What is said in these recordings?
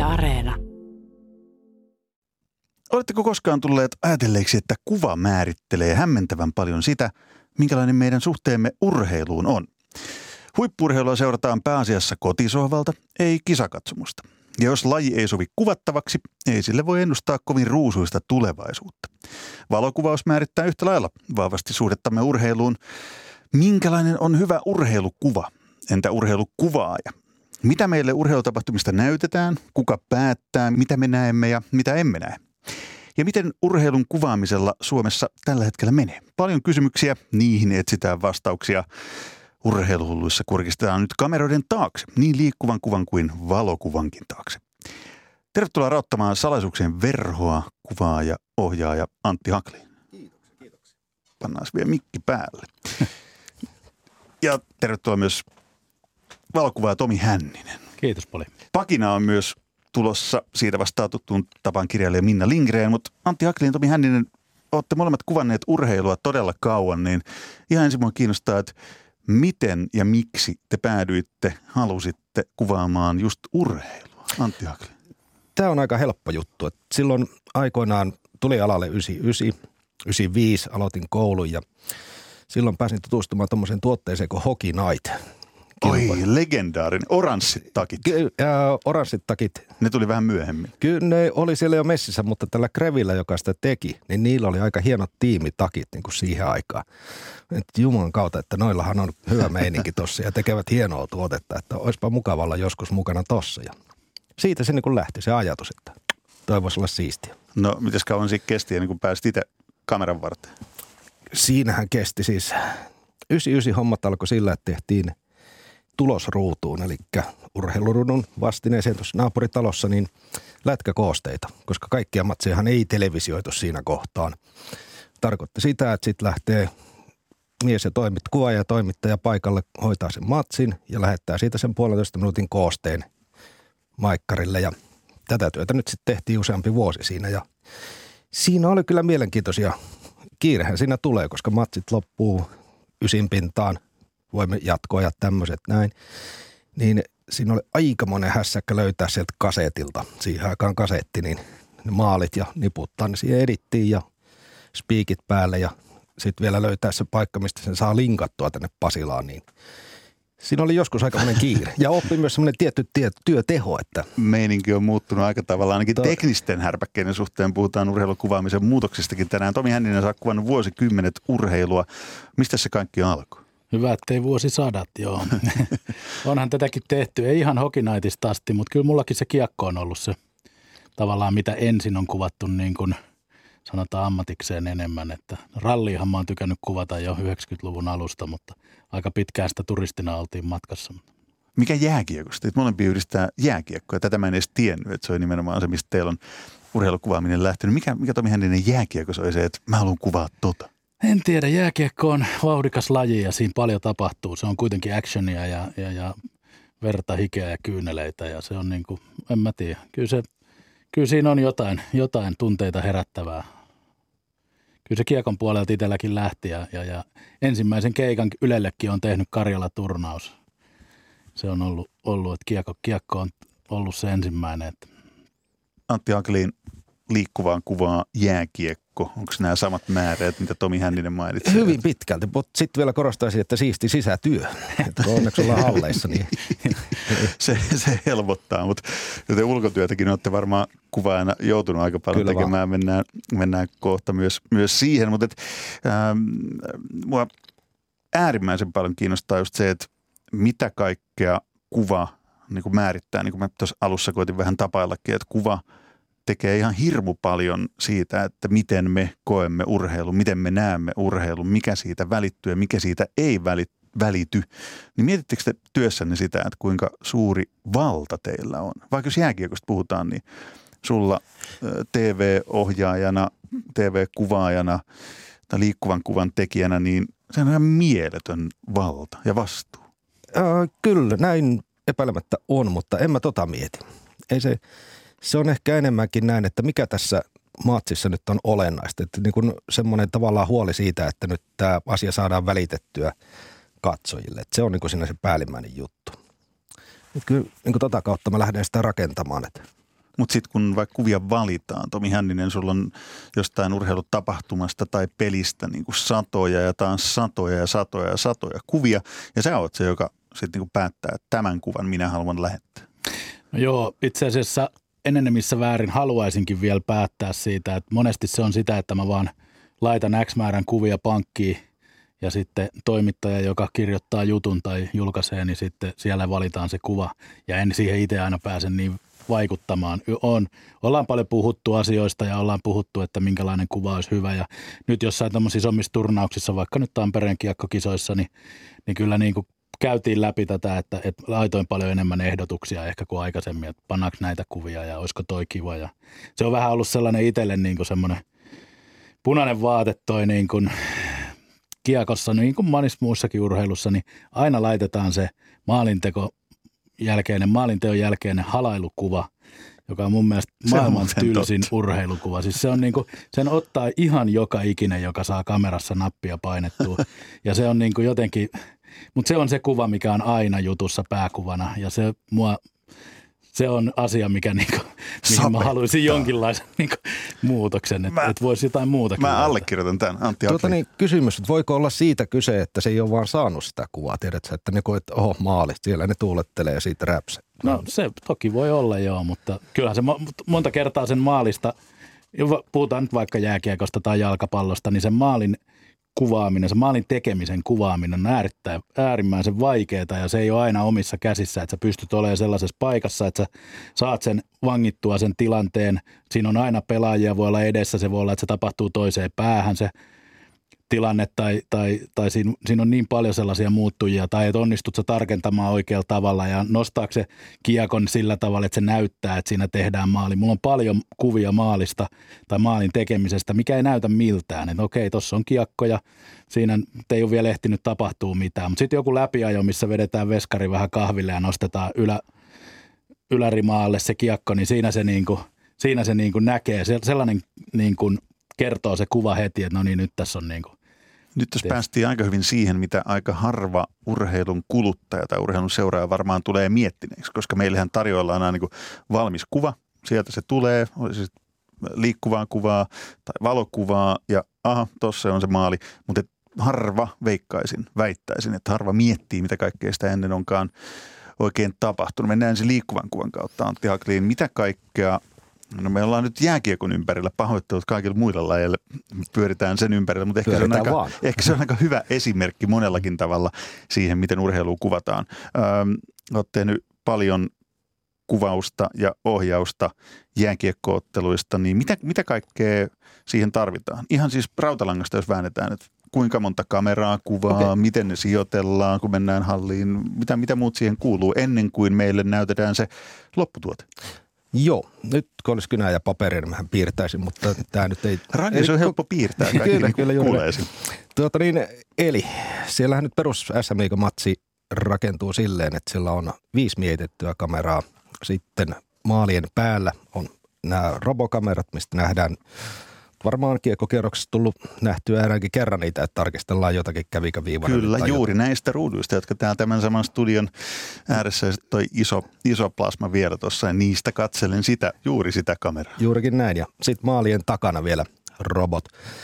Areena. Oletteko koskaan tulleet ajatelleeksi, että kuva määrittelee hämmentävän paljon sitä, minkälainen meidän suhteemme urheiluun on? Huippu-urheilua seurataan pääasiassa kotisohvalta, ei kisakatsomusta. Ja jos laji ei sovi kuvattavaksi, ei sille voi ennustaa kovin ruusuista tulevaisuutta. Valokuvaus määrittää yhtä lailla vahvasti suhdettamme urheiluun. Minkälainen on hyvä urheilukuva? Entä urheilukuvaaja? Mitä meille urheilutapahtumista näytetään? Kuka päättää, mitä me näemme ja mitä emme näe? Ja miten urheilun kuvaamisella Suomessa tällä hetkellä menee? Paljon kysymyksiä, niihin etsitään vastauksia. Urheiluhulluissa kurkistetaan nyt kameroiden taakse, niin liikkuvan kuvan kuin valokuvankin taakse. Tervetuloa rauttamaan salaisuuksien verhoa, kuvaaja, ohjaaja Antti Haklin. Kiitoksia. Pannaan vielä mikki päälle. Ja tervetuloa myös valokuvaaja Tomi Hänninen. Kiitos paljon. Pakina on myös tulossa siitä vastaan tuttuun tapaan kirjailija Minna Lindgren, mutta Antti Haklin ja Tomi Hänninen, olette molemmat kuvanneet urheilua todella kauan, niin ihan ensin minua kiinnostaa, että miten ja miksi te halusitte kuvaamaan just urheilua? Antti Haklin. Tämä on aika helppo juttu. Että silloin aikoinaan tuli alalle 95 aloitin koulun ja silloin pääsin tutustumaan tuommoiseen tuotteeseen kuin Hockey Night. Oi, legendaarinen. Oranssit takit. Oranssit takit. Ne tuli vähän myöhemmin. Kyllä ne oli siellä jo messissä, mutta tällä Krevillä, joka sitä teki, niin niillä oli aika hienot tiimitakit niin kuin siihen aikaan. Et Jumalan kautta, että noillahan on hyvä meininki tossa ja tekevät hienoa tuotetta, että olisipa mukavalla joskus mukana tossa. Ja siitä se niin kuin lähti se ajatus, että toi voisi olla siistiä. No, mites kauan siitä kesti ja niin kun pääsit itse kameran varten? Siinähän kesti siis 99 hommat alkoi sillä, että tehtiin tulosruutuun, eli urheiluruudun vastineeseen tuossa naapuritalossa, niin lätkäkoosteita, koska kaikkia matsejahan ei televisioitu siinä kohtaan. Tarkoitti sitä, että sitten lähtee mies ja kuvaaja ja toimittaja paikalle hoitaa sen matsin ja lähettää siitä sen 1,5 minuutin koosteen maikkarille. Ja tätä työtä nyt sitten tehtiin useampi vuosi siinä ja siinä oli kyllä mielenkiintoisia. Kiirehän siinä tulee, koska matsit loppuu 9 pintaan. Voimme jatkoa ja tämmöiset näin, niin siinä oli aikamoinen hässäkkä löytää sieltä kasetilta. Siihen aikaan kasetti, niin ne maalit ja niputtaa, niin siihen edittiin ja spiikit päälle ja sitten vielä löytää se paikka, mistä sen saa linkattua tänne Pasilaan, niin siinä oli joskus aikamoinen kiire. Ja oppi myös semmoinen tietty työteho, että meininki on muuttunut aika tavalla, ainakin teknisten härpäkkeiden suhteen puhutaan urheilukuvaamisen muutoksistakin tänään. Tomi Hänninen, sä oot kuvannut vuosikymmenet urheilua. Mistä se kaikki alkoi? Hyvä, ettei vuosisadat, joo. Onhan tätäkin tehty, ei ihan Hockey Nightista asti, mutta kyllä mullakin se kiekko on ollut se tavallaan, mitä ensin on kuvattu niin kuin sanotaan ammatikseen enemmän. Että ralliihan mä oon tykännyt kuvata jo 90-luvun alusta, mutta aika pitkään sitä turistina oltiin matkassa. Mikä jääkiekosta? Teitä molempia yhdistää jääkiekkoa. Tätä mä en edes tiennyt, että se on nimenomaan se, mistä teillä on urheilukuvaaminen lähtenyt. Mikä Tomi Hänninen jääkiekossa oli se, että mä haluan kuvaa tota? En tiedä, jääkiekko on vauhdikas laji ja siinä paljon tapahtuu. Se on kuitenkin actionia ja verta, hikeä ja kyyneleitä ja se on niin kuin, en mä tiedä. Kyllä siinä on jotain tunteita herättävää. Kyllä se kiekon puolelta itselläkin lähti ja ensimmäisen keikan Ylellekin on tehnyt Karjala-turnaus. Se on ollut että kiekko on ollut se ensimmäinen. Että. Antti Haklin, liikkuvaan kuvaa jääkiekko. Onko nämä samat määrät, mitä Tomi Hänninen mainitsi? Hyvin pitkälti, mutta sitten vielä korostaisin, että siisti sisätyö. Että onneksi ollaan halleissa. Niin. se helpottaa, mutta te ulkotyötäkin olette varmaan kuvaajana joutunut aika paljon kyllä tekemään. Mennään kohta myös siihen, mutta mua äärimmäisen paljon kiinnostaa just se, että mitä kaikkea kuva niin kuin määrittää. Niin kuin mä tuossa alussa koitin vähän tapaillakin, että kuva tekee ihan hirmu paljon siitä, että miten me koemme urheilun, miten me näemme urheilun, mikä siitä välittyy ja mikä siitä ei välity. Niin mietittekö te työssänne sitä, että kuinka suuri valta teillä on? Vaikka jos jääkiekosta puhutaan, niin sulla TV-ohjaajana, TV-kuvaajana tai liikkuvan kuvan tekijänä, niin se on ihan mieletön valta ja vastuu. Kyllä, näin epäilemättä on, mutta en mä mieti. Ei se on ehkä enemmänkin näin, että mikä tässä matsissa nyt on olennaista. Että niin kuin semmoinen tavallaan huoli siitä, että nyt tämä asia saadaan välitettyä katsojille. Että se on niin kuin siinä se päällimmäinen juttu. Että kyllä niin kuin tota kautta mä lähden sitä rakentamaan. Että. Mutta sitten kun vaikka kuvia valitaan, Tomi Hänninen, sulla on jostain urheilutapahtumasta tai pelistä niin kuin satoja ja taas satoja ja satoja ja satoja kuvia. Ja sä oot se, joka sitten niin päättää, että tämän kuvan minä haluan lähettää. No joo, itse asiassa enenevissä väärin haluaisinkin vielä päättää siitä, että monesti se on sitä, että mä vaan laitan X määrän kuvia pankkiin ja sitten toimittaja, joka kirjoittaa jutun tai julkaisee, niin sitten siellä valitaan se kuva ja en siihen itse aina pääse niin vaikuttamaan. Ollaan paljon puhuttu asioista ja ollaan puhuttu, että minkälainen kuva olisi hyvä ja nyt jossain tämmöisissä isommissa turnauksissa, vaikka nyt Tampereen kiekkokisoissa, niin kyllä niin kuin käytiin läpi tätä, että laitoin paljon enemmän ehdotuksia ehkä kuin aikaisemmin, että pannaanko näitä kuvia ja olisiko toi kiva. Ja se on vähän ollut sellainen itselle niin kuin semmoinen punainen vaate toi niin kuin kiekossa, niin kuin monissa muussakin urheilussa, niin aina laitetaan se maalinteon jälkeinen halailukuva, joka on mun mielestä maailman tylsin urheilukuva. Siis se on niin kuin, sen ottaa ihan joka ikinen, joka saa kamerassa nappia painettua ja se on niin kuin jotenkin. Mutta se on se kuva, mikä on aina jutussa pääkuvana ja se on asia, mihin mä haluaisin jonkinlaisen muutoksen, että voisi jotain muutakin. Mä allekirjoitan tämän, Antti Akli. Kysymys, että voiko olla siitä kyse, että se ei ole vaan saanut sitä kuvaa, tiedätkö, että ne koet, että maali, siellä ne tuulettelee ja siitä räpsee. No se toki voi olla joo, mutta kyllähän se monta kertaa sen maalista, puhutaan nyt vaikka jääkiekosta tai jalkapallosta, niin sen maalin kuvaaminen, se maalin tekemisen kuvaaminen on äärimmäisen vaikeaa ja se ei ole aina omissa käsissä, että sä pystyt olemaan sellaisessa paikassa, että sä saat sen vangittua sen tilanteen. Siinä on aina pelaajia, voi olla edessä, se voi olla, että se tapahtuu toiseen päähän se tilanne tai siinä on niin paljon sellaisia muuttujia tai että onnistut sä tarkentamaan oikealla tavalla ja nostaako se kiekon sillä tavalla, että se näyttää, että siinä tehdään maali. Mulla on paljon kuvia maalista tai maalin tekemisestä, mikä ei näytä miltään. Että okei, tuossa on kiekko ja siinä ei ole vielä ehtinyt tapahtua mitään. Mutta sitten joku läpiajo, missä vedetään veskari vähän kahville ja nostetaan ylärimaalle se kiekko, niin siinä se näkee. Sellainen kertoo se kuva heti, että no niin, nyt tässä on Nyt tässä päästiin aika hyvin siihen, mitä aika harva urheilun kuluttaja tai urheilun seuraaja varmaan tulee miettineeksi, koska meillähän tarjoillaan aina valmis kuva. Sieltä se tulee, olisi liikkuvaa kuvaa tai valokuvaa ja tossa on se maali, mutta harva väittäisin, että harva miettii, mitä kaikkea sitä ennen onkaan oikein tapahtunut. Mennään ensin liikkuvan kuvan kautta, Antti Hakliin. Mitä kaikkea. No me ollaan nyt jääkiekon ympärillä, pahoittelut kaikille muilla lajeilla, pyöritään sen ympärillä, mutta ehkä se on aika hyvä esimerkki monellakin tavalla siihen, miten urheilua kuvataan. Olet tehnyt paljon kuvausta ja ohjausta jääkiekko-otteluista, niin mitä kaikkea siihen tarvitaan? Ihan siis rautalangasta, jos väännetään, että kuinka monta kameraa kuvaa, miten ne sijoitellaan, kun mennään halliin, mitä muut siihen kuuluu ennen kuin meille näytetään se lopputuote? Joo, nyt kun olisi kynä ja paperi, niin mähän piirtäisin, mutta tämä nyt ei. Radiossa on helppo piirtää, kaikki kyllä kuulee sen. Eli siellähän nyt perus SM Liiga-matsi rakentuu silleen, että sillä on 5 miehitettyä kameraa. Sitten maalien päällä on nämä robokamerat, mistä nähdään varmaan kiekkokierroksessa tullut nähtyä eräänkin kerran niitä, että tarkistellaan jotakin kävikö viivana. Kyllä, juuri näistä ruuduista, jotka täällä tämän saman studion ääressä ja toi iso plasma vielä tuossa ja niistä katselen juuri sitä kameraa. Juurikin näin ja sitten maalien takana vielä robot,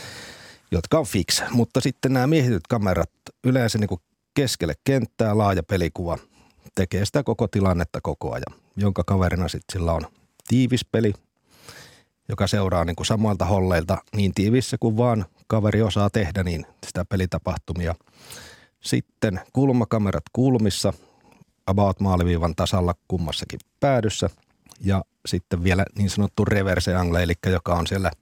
jotka on fix, mutta sitten nämä miehityt kamerat yleensä niin kuin keskelle kenttää laaja pelikuva tekee sitä koko tilannetta koko ajan, jonka kaverina sitten sillä on tiivis peli, joka seuraa niin kuin samoilta holleilta niin tiivissä kuin vaan kaveri osaa tehdä, niin sitä pelitapahtumia. Sitten kulmakamerat kulmissa, about maaliviivan tasalla kummassakin päädyssä ja sitten vielä niin sanottu reverse angle, eli joka on siellä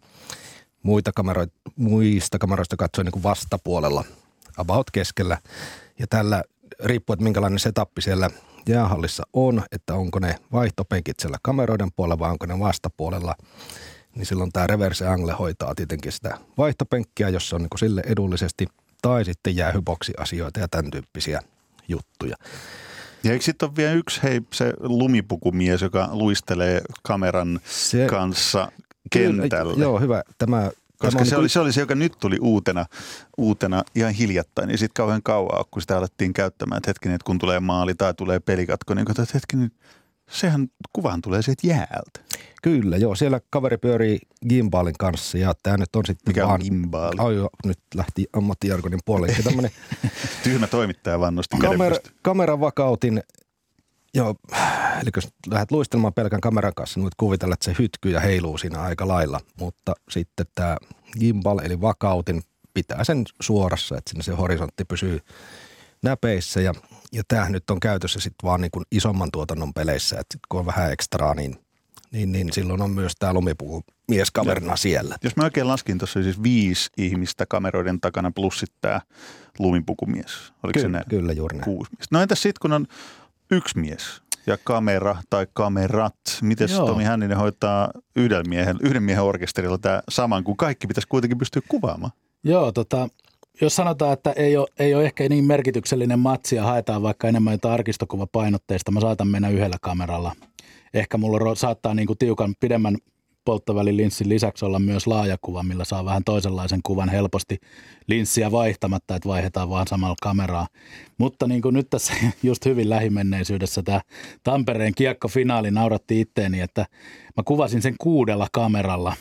muista kameroista katsoen niin kuin vastapuolella, about keskellä. Ja tällä riippuu, että minkälainen setappi siellä jäähallissa on, että onko ne vaihtopenkit siellä kameroiden puolella vai onko ne vastapuolella, niin silloin tämä reverse angle hoitaa tietenkin sitä vaihtopenkkiä, jos se on niin kuin sille edullisesti, tai sitten jäähyboksi-asioita ja tämän tyyppisiä juttuja. Ja eikö sitten ole vielä yksi, se lumipukumies, joka luistelee kameran kanssa kentällä? Joo, hyvä. Koska se oli se, joka nyt tuli uutena ihan hiljattain. Ja sitten kauhean kauan, kun sitä alettiin käyttämään, että hetkinen, että kun tulee maali tai tulee pelikatko, niin katsotaan, että hetkinen, Sehän kuvahan tulee siitä jäältä. Kyllä, joo. Siellä kaveri pyörii gimbalin kanssa ja tämä nyt on sitten Mikä vaan... on gimbali? Joo, nyt lähti ammattijargonin puolelle. Tämmöinen Tyhmä toimittaja vaan nosti kädenpystyyn. kameravakautin, joo, eli jos lähdet luistelemaan pelkän kameran kanssa, niin voit kuvitella, että se hytkyy ja heiluu siinä aika lailla. Mutta sitten tämä gimbal eli vakautin pitää sen suorassa, että sinne se horisontti pysyy näpeissä ja tämähän nyt on käytössä sitten vaan niin kuin isomman tuotannon peleissä, että kun on vähän ekstraa, niin silloin on myös tämä lumipuku mieskaverina siellä. Jos mä oikein laskin, tuossa oli siis 5 ihmistä kameroiden takana plus sitten tämä lumipukumies. Oliko se näin? Kyllä, juuri näin. 6 miestä. No entäs sitten, kun on 1 mies ja kamera tai kamerat? Miten Tomi Hänninen hoitaa yhden miehen orkesterilla tämä saman, kun kaikki pitäisi kuitenkin pystyä kuvaamaan? Joo, jos sanotaan, että ei ole ehkä niin merkityksellinen matsi ja haetaan vaikka enemmän jotain arkistokuvapainotteista, mä saatan mennä yhdellä kameralla. Ehkä mulla saattaa niin kuin tiukan pidemmän polttovälin linssin lisäksi olla myös laajakuva, millä saa vähän toisenlaisen kuvan helposti linssiä vaihtamatta, että vaihdetaan vaan samalla kameraa. Mutta niin kuin nyt tässä just hyvin lähimenneisyydessä tämä Tampereen kiekkofinaali nauratti itteeni, että mä kuvasin sen 6 kameralla.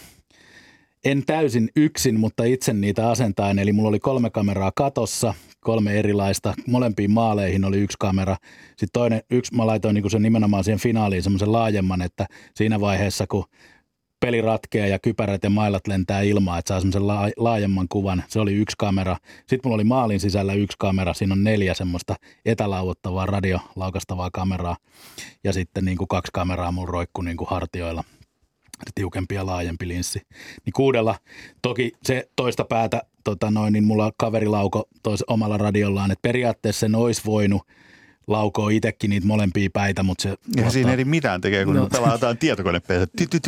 En täysin yksin, mutta itse niitä asentaen, eli mulla oli 3 kameraa katossa, 3 erilaista, molempiin maaleihin oli 1 kamera. Sitten yksi mä laitoin niin sen nimenomaan siihen finaaliin semmoisen laajemman, että siinä vaiheessa kun peli ratkeaa ja kypärät ja mailat lentää ilmaan, että saa semmoisen laajemman kuvan, se oli 1 kamera. Sitten mulla oli maalin sisällä 1 kamera, siinä on 4 semmoista etälauottavaa radiolaukastavaa kameraa ja sitten niin kuin 2 kameraa mun roikku niin kuin hartioilla. Tiukempi ja laajempi linssi. Niin 6, toki se toista päätä, niin mulla kaveri lauko omalla radiollaan, että periaatteessa sen olisi voinut laukoa itsekin niitä molempia päitä, mutta se... Ja siinä ei mitään tekee, kun pelataan tietokonepeitä.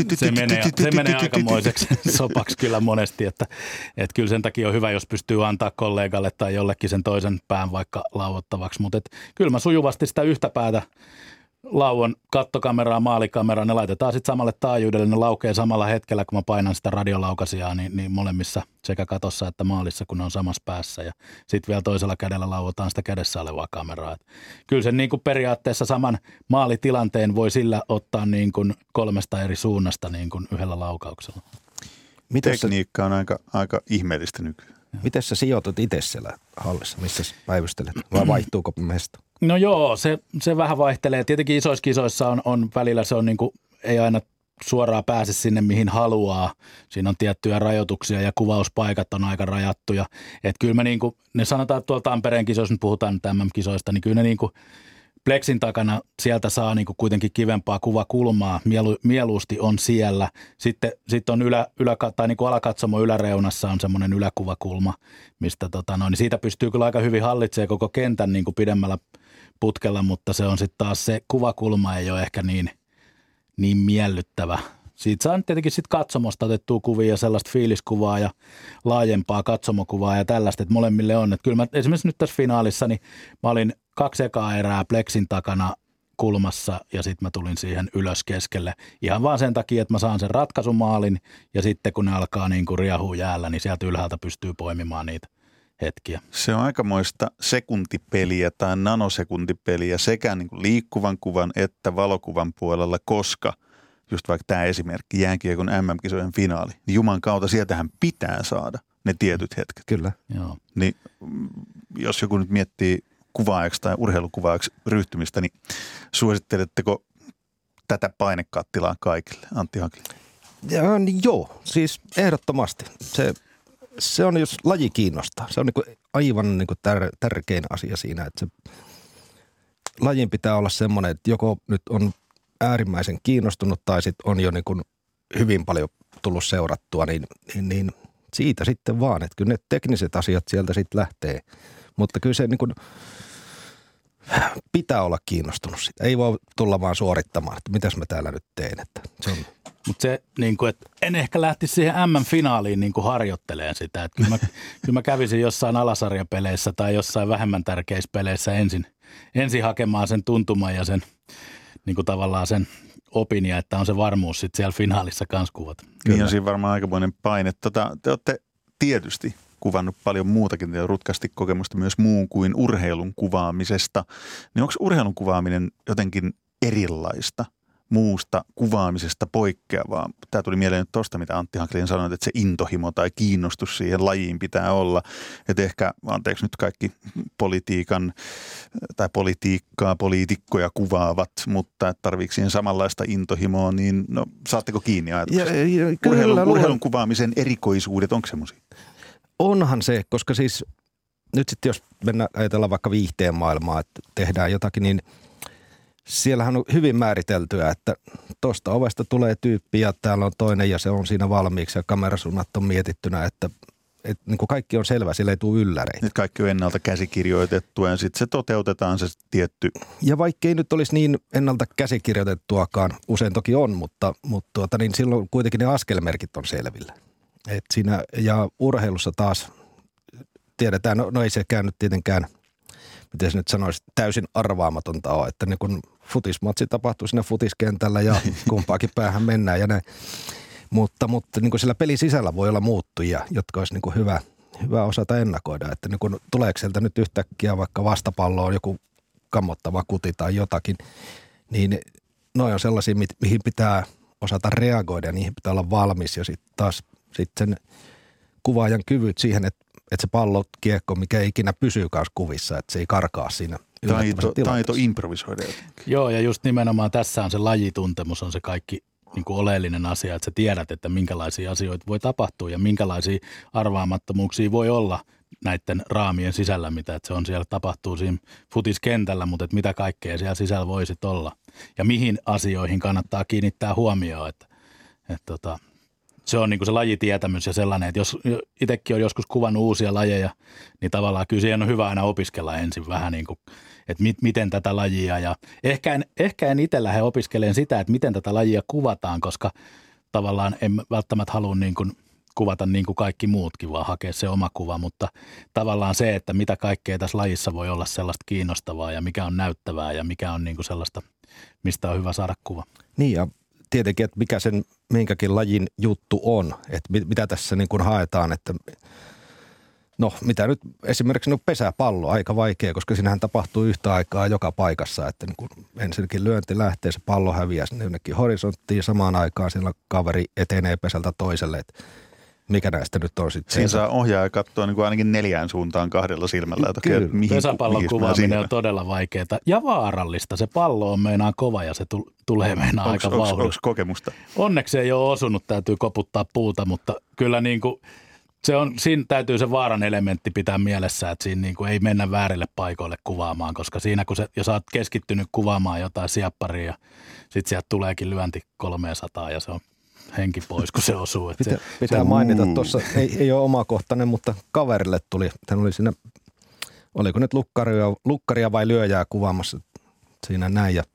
Se menee aikamoiseksi sopaksi kyllä monesti, että kyllä sen takia on hyvä, jos pystyy antaa kollegalle tai jollekin sen toisen pään vaikka lauottavaksi, mutta kyllä mä sujuvasti sitä yhtä päätä lauon kattokameraa, maalikameraa, ne laitetaan sitten samalle taajuudelle, ne laukee samalla hetkellä, kun mä painan sitä radiolaukasijaa, niin molemmissa sekä katossa että maalissa, kun ne on samassa päässä. Ja sitten vielä toisella kädellä lauotaan sitä kädessä olevaa kameraa. Et kyllä sen niin kuin periaatteessa saman maalitilanteen voi sillä ottaa niin kuin 3 eri suunnasta niin kuin yhdellä laukauksella. Tekniikka on aika ihmeellistä nykyään. Miten sä sijoitut itse siellä hallissa, missä sä päivystelet, vai vaihtuuko mesta? No joo, se vähän vaihtelee. Tietenkin isoissa kisoissa on välillä se on niin kuin, ei aina suoraan pääse sinne mihin haluaa. Siinä on tiettyjä rajoituksia ja kuvauspaikat on aika rajattuja. Että kyllä me niin kuin, ne sanotaan, että tuolla Tampereen kisoissa, nyt puhutaan nyt MM-kisoista, niin kyllä ne niin kuin pleksin takana sieltä saa niin kuin kuitenkin kivempaa kuvakulmaa, mieluusti on siellä. Sitten on tai niin kuin alakatsomo yläreunassa on semmoinen yläkuvakulma, mistä niin siitä pystyy kyllä aika hyvin hallitsemaan koko kentän niin kuin pidemmällä putkella, mutta se on sitten taas se kuvakulma ei ole ehkä niin miellyttävä. Siitä saa tietenkin sitten katsomosta otettua kuvia ja sellaista fiiliskuvaa ja laajempaa katsomokuvaa ja tällaista, että molemmille on. Että kyllä mä esimerkiksi nyt tässä finaalissa, niin mä olin 2 ekaa erää pleksin takana kulmassa ja sitten mä tulin siihen ylös keskelle. Ihan vaan sen takia, että mä saan sen ratkaisumaalin ja sitten kun ne alkaa niin kuin riahua jäällä, niin sieltä ylhäältä pystyy poimimaan niitä hetkiä. Se on aikamoista sekuntipeliä tai nanosekuntipeliä sekä niin kuin liikkuvan kuvan että valokuvan puolella, koska just vaikka tämä esimerkki, jääkiekon MM-kisojen finaali, niin Juman kautta sieltähän pitää saada ne tietyt hetket. Kyllä. Joo. Niin jos joku nyt miettii kuvaajaksi tai urheilukuvaajaksi ryhtymistä, niin suositteletteko tätä painekattilaa kaikille, Antti Hankli? Joo, siis ehdottomasti. Se on, jos laji kiinnostaa. Se on niin kuin aivan niin kuin tärkein asia siinä, että se lajin pitää olla semmoinen, että joko nyt on äärimmäisen kiinnostunut tai sitten on jo niin kuin hyvin paljon tullut seurattua, niin siitä sitten vaan, että kyllä ne tekniset asiat sieltä sitten lähtee. Mutta kyllä se niin kuin pitää olla kiinnostunut siitä. Ei voi tulla vaan suorittamaan, että mitäs mä täällä nyt teen. Että se on... Mutta se, niin kuin, että en ehkä lähtisi siihen MM-finaaliin niin kuin harjoittelemaan sitä. Että kyllä mä kävisin jossain alasarjapeleissä tai jossain vähemmän tärkeissä peleissä ensin hakemaan sen tuntuman ja sen niin kuin tavallaan sen opin ja että on se varmuus sitten siellä finaalissa kanssa kuvata. Niin on siinä varmaan aikamoinen paine. Te olette tietysti kuvannut paljon muutakin, te on rutkasti kokemusta myös muun kuin urheilun kuvaamisesta. Niin onko urheilun kuvaaminen jotenkin erilaista, muusta kuvaamisesta poikkeavaa. Tämä tuli mieleen nyt tuosta, mitä Antti Haklin sanoi, että se intohimo tai kiinnostus siihen lajiin pitää olla. Että ehkä, anteeksi nyt kaikki poliitikkoja kuvaavat, mutta tarviiko siihen samanlaista intohimoa, niin no, saatteko kiinni ajatuksesta? Urheilun kuvaamisen erikoisuudet, onko semmoisia? Onhan se, koska siis nyt sitten jos ajatellaan vaikka viihteen maailmaa, että tehdään jotakin, niin siellähän on hyvin määriteltyä, että tuosta ovesta tulee tyyppi ja täällä on toinen ja se on siinä valmiiksi ja kamerasuunnat on mietittynä, että niin kuin kaikki on selvä, sillä ei tule ylläreitä. Nyt kaikki on ennalta käsikirjoitettua ja sitten se toteutetaan se tietty. Ja vaikka ei nyt olisi niin ennalta käsikirjoitettuakaan, usein toki on, mutta niin silloin kuitenkin ne askelmerkit on selvillä. Et siinä, ja urheilussa taas tiedetään, no ei sekään nyt tietenkään, miten se nyt sanoisi, täysin arvaamatonta ole, että niin kun futismatsi tapahtuu siinä futiskentällä ja kumpaakin päähän mennään ja näin. Mutta niin kuin sillä pelin sisällä voi olla muuttujia, jotka olisi niin kuin hyvä osata ennakoida, että niin kuin tuleeko sieltä nyt yhtäkkiä vaikka vastapalloon joku kammottava kuti tai jotakin, niin noi on sellaisia, mihin pitää osata reagoida ja niihin pitää olla valmis ja sitten taas sen kuvaajan kyvyt siihen, että se pallo, kiekko, mikä ei ikinä pysyykaan kuvissa, että se ei karkaa siinä taito improvisoida. Joo, ja just nimenomaan tässä on se lajituntemus, on se kaikki niin kuin oleellinen asia, että sä tiedät, että minkälaisia asioita voi tapahtua ja minkälaisia arvaamattomuuksia voi olla näiden raamien sisällä, mitä että se on siellä tapahtuu siinä futiskentällä, mutta että mitä kaikkea siellä sisällä voisi olla ja mihin asioihin kannattaa kiinnittää huomioon, että se on niin kuin se lajitietämys ja sellainen, että jos itsekin on joskus kuvannut uusia lajeja, niin tavallaan kyllä siihen on hyvä aina opiskella ensin vähän niin kuin, että miten tätä lajia ja ehkä en itse lähde opiskelemaan sitä, että miten tätä lajia kuvataan, koska tavallaan en välttämättä halua niin kuin kuvata niin kuin kaikki muutkin, vaan hakea se oma kuva, mutta tavallaan se, että mitä kaikkea tässä lajissa voi olla sellaista kiinnostavaa ja mikä on näyttävää ja mikä on niin kuin sellaista, mistä on hyvä saada kuva. Niin ja tietenkin, että mikä sen minkäkin lajin juttu on, että mitä tässä niin kuin haetaan, että no mitä nyt esimerkiksi pesäpallo, aika vaikea, koska siinähän tapahtuu yhtä aikaa joka paikassa, että niin kuin ensinnäkin lyönti lähtee, se pallo häviää sinne jonnekin horisonttiin, samaan aikaan siellä kaveri etenee pesältä toiselle, että mikä näistä nyt on sitten. Siinä saa ohjaaja katsoa niin kuin ainakin 4 suuntaan 2 silmällä. Että pesäpallon kuvaaminen on todella vaikeaa ja vaarallista. Se pallo on meinaa kova ja se tulee meinaa aika vauhdilla. Onko kokemusta? Onneksi ei ole osunut, täytyy koputtaa puuta, mutta kyllä niin kuin siinä täytyy se vaaran elementti pitää mielessä, että siinä niin kuin ei mennä väärille paikoille kuvaamaan, koska siinä jos olet keskittynyt kuvaamaan jotain siepparia ja sitten sieltä tuleekin lyönti 300 ja se on henki pois, kun se osuu. Pitää mainita tuossa, ei ole omakohtainen, mutta kaverille tuli, hän oli siinä, oliko nyt lukkaria vai lyöjää kuvaamassa siinä näin ja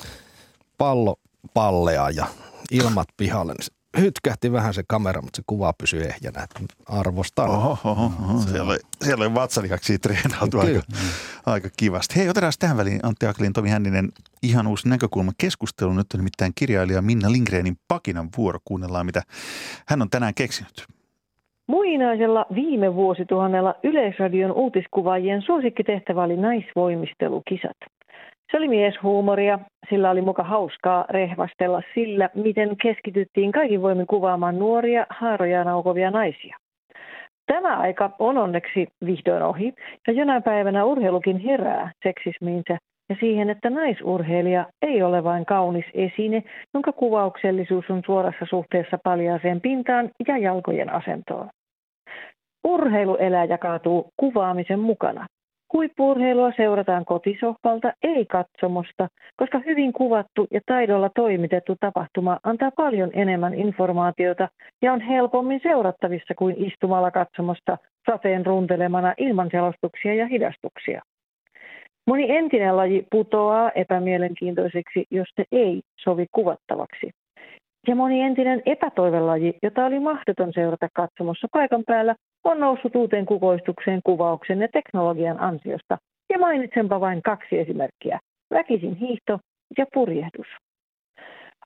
palleaa ja ilmat pihalle, niin se hytkähti vähän se kamera, mutta se kuva pysyi ehjänä, että arvostan. Siellä on vatsalihaksia treenautu aika kivasti. Hei, otetaan tähän väliin Antti Haklin, Tomi Hänninen, ihan uusi näkökulma keskustelu. Nyt on nimittäin kirjailija Minna Lindgrenin Pakinan vuoro. Kuunnellaan, mitä hän on tänään keksinyt. Muinaisella viime vuosituhannella Yleisradion uutiskuvaajien suosikkitehtävä oli naisvoimistelukisat. Se oli mieshuumoria, sillä oli muka hauskaa rehvastella sillä, miten keskityttiin kaikin voimin kuvaamaan nuoria, haaroja naukovia naisia. Tämä aika on onneksi vihdoin ohi, ja jonain päivänä urheilukin herää seksismiinsä ja siihen, että naisurheilija ei ole vain kaunis esine, jonka kuvauksellisuus on suorassa suhteessa paljaaseen pintaan ja jalkojen asentoon. Urheilu elää ja kaatuu kuvaamisen mukana. Huippu-urheilua seurataan kotisohvalta, ei katsomosta, koska hyvin kuvattu ja taidolla toimitettu tapahtuma antaa paljon enemmän informaatiota ja on helpommin seurattavissa kuin istumalla katsomosta sateen runtelemana ilman selostuksia ja hidastuksia. Moni entinen laji putoaa epämielenkiintoiseksi, jos se ei sovi kuvattavaksi. Ja moni entinen epätoivelaji, jota oli mahdoton seurata katsomossa paikan päällä, on noussut uuteen kukoistukseen kuvauksen ja teknologian ansiosta. Ja mainitsenpa vain 2 esimerkkiä. Väkisin hiihto ja purjehdus.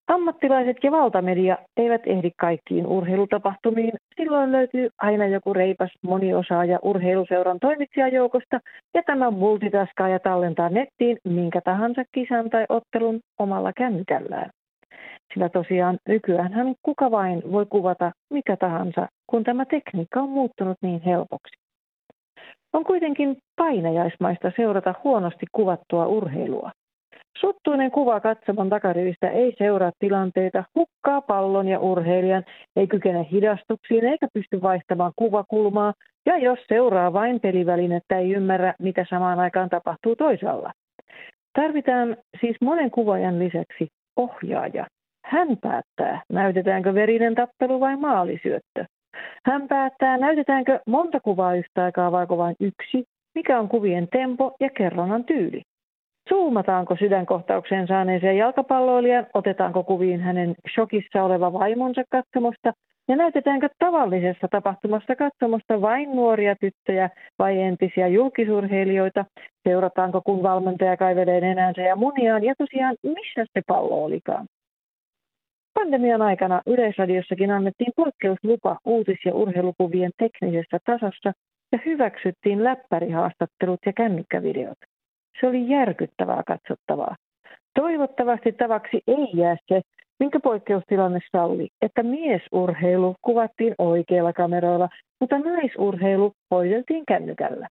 Ammattilaiset ja valtamedia eivät ehdi kaikkiin urheilutapahtumiin. Silloin löytyy aina joku reipas moniosaaja urheiluseuran toimitsijajoukosta ja tämä multitaskaa ja tallentaa nettiin minkä tahansa kisan tai ottelun omalla kännykällään. Sillä tosiaan nykyäänhän kuka vain voi kuvata mikä tahansa, kun tämä tekniikka on muuttunut niin helpoksi. On kuitenkin painajaismaista seurata huonosti kuvattua urheilua. Suttuinen kuva katsomon takarivistä ei seuraa tilanteita, hukkaa pallon ja urheilijan, ei kykene hidastuksiin eikä pysty vaihtamaan kuvakulmaa, ja jos seuraa vain pelivälinettä, ei ymmärrä, mitä samaan aikaan tapahtuu toisaalla. Tarvitaan siis monen kuvaajan lisäksi ohjaaja. Hän päättää, näytetäänkö verinen tappelu vai maalisyöttö. Hän päättää, näytetäänkö monta kuvaa yhtä aikaa vai vain yksi, mikä on kuvien tempo ja kerronnan tyyli. Zoomataanko sydänkohtaukseen saaneeseen jalkapalloilijan, otetaanko kuviin hänen shokissa oleva vaimonsa katsomosta ja näytetäänkö tavallisessa tapahtumassa katsomosta vain nuoria tyttöjä vai entisiä julkisurheilijoita, seurataanko kun valmentaja kaivelee nenänsä ja muniaan ja tosiaan missä se pallo olikaan. Pandemian aikana Yleisradiossakin annettiin poikkeuslupa uutis- ja urheilukuvien teknisessä tasossa ja hyväksyttiin läppärihaastattelut ja kännykkävideot. Se oli järkyttävää katsottavaa. Toivottavasti tavaksi ei jää se, minkä poikkeustilanne salli, että miesurheilu kuvattiin oikeilla kameroilla, mutta naisurheilu hoideltiin kännykällä.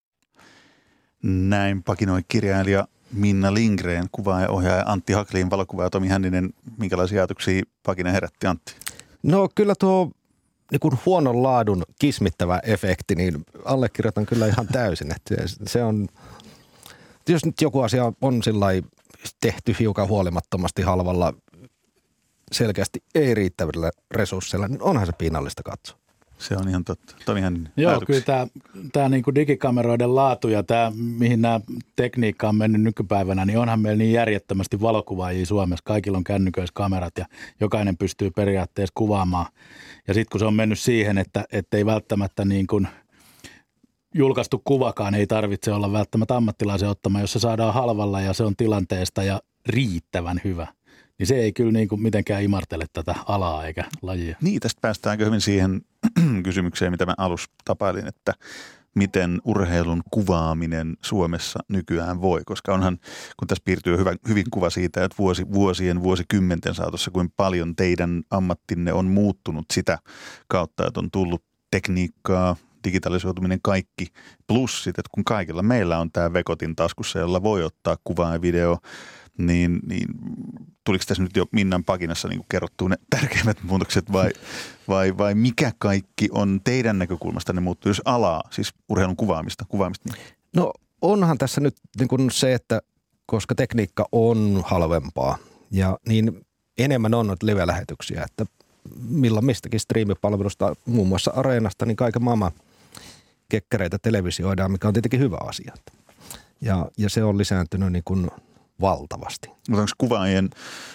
Näin pakinoi kirjailija Minna Lindgren, kuvaaja-ohjaaja Antti Haklin, valokuvaaja Tomi Hänninen. Minkälaisia ajatuksia pakina herätti, Antti? No kyllä tuo niin kuin huonon laadun kismittävä efekti, niin allekirjoitan kyllä ihan täysin. Että se on, jos nyt joku asia on sillai tehty hiukan huolimattomasti halvalla, selkeästi ei riittävillä resursseilla, niin onhan se piinallista katsoa. Se on ihan totta. Tomi Hänninen, Joo, ajatuksia? kyllä tämä niin kuin digikameroiden laatu ja tämä, mihin nämä tekniikka on mennyt nykypäivänä, niin onhan meillä niin järjettömästi valokuvaajia Suomessa. Kaikilla on kännyköissä kamerat ja jokainen pystyy periaatteessa kuvaamaan. Ja sitten kun se on mennyt siihen, että ei välttämättä niin kuin julkaistu kuvakaan, ei tarvitse olla välttämättä ammattilaisen ottama, jos se saadaan halvalla ja se on tilanteesta ja riittävän hyvä. Niin se ei kyllä niin kuin mitenkään imartele tätä alaa eikä lajia. Niin, tästä päästäänkö hyvin siihen kysymykseen, mitä mä alussa tapailin, että miten urheilun kuvaaminen Suomessa nykyään voi, koska onhan, kun tässä piirtyy hyvin kuva siitä, että vuosikymmenten saatossa, kuin paljon teidän ammattinne on muuttunut sitä kautta, että on tullut tekniikkaa, digitalisoituminen kaikki, plus sitten, että kun kaikilla meillä on tämä vekotin taskussa, jolla voi ottaa kuvaa ja video, niin tuliko tässä nyt jo Minnan pakinassa niin kuin kerrottua ne tärkeimmät muutokset vai mikä kaikki on teidän näkökulmastanne muuttuu, jos alaa, siis urheilun kuvaamista niin? No onhan tässä nyt niin kuin se, että koska tekniikka on halvempaa ja niin enemmän on noita live-lähetyksiä, että milloin mistäkin striimipalvelusta, muun muassa Areenasta, niin kaiken maailman kekkereitä televisioidaan, mikä on tietenkin hyvä asia. Ja se on lisääntynyt niin kuin valtavasti. Mutta onko kuvaajien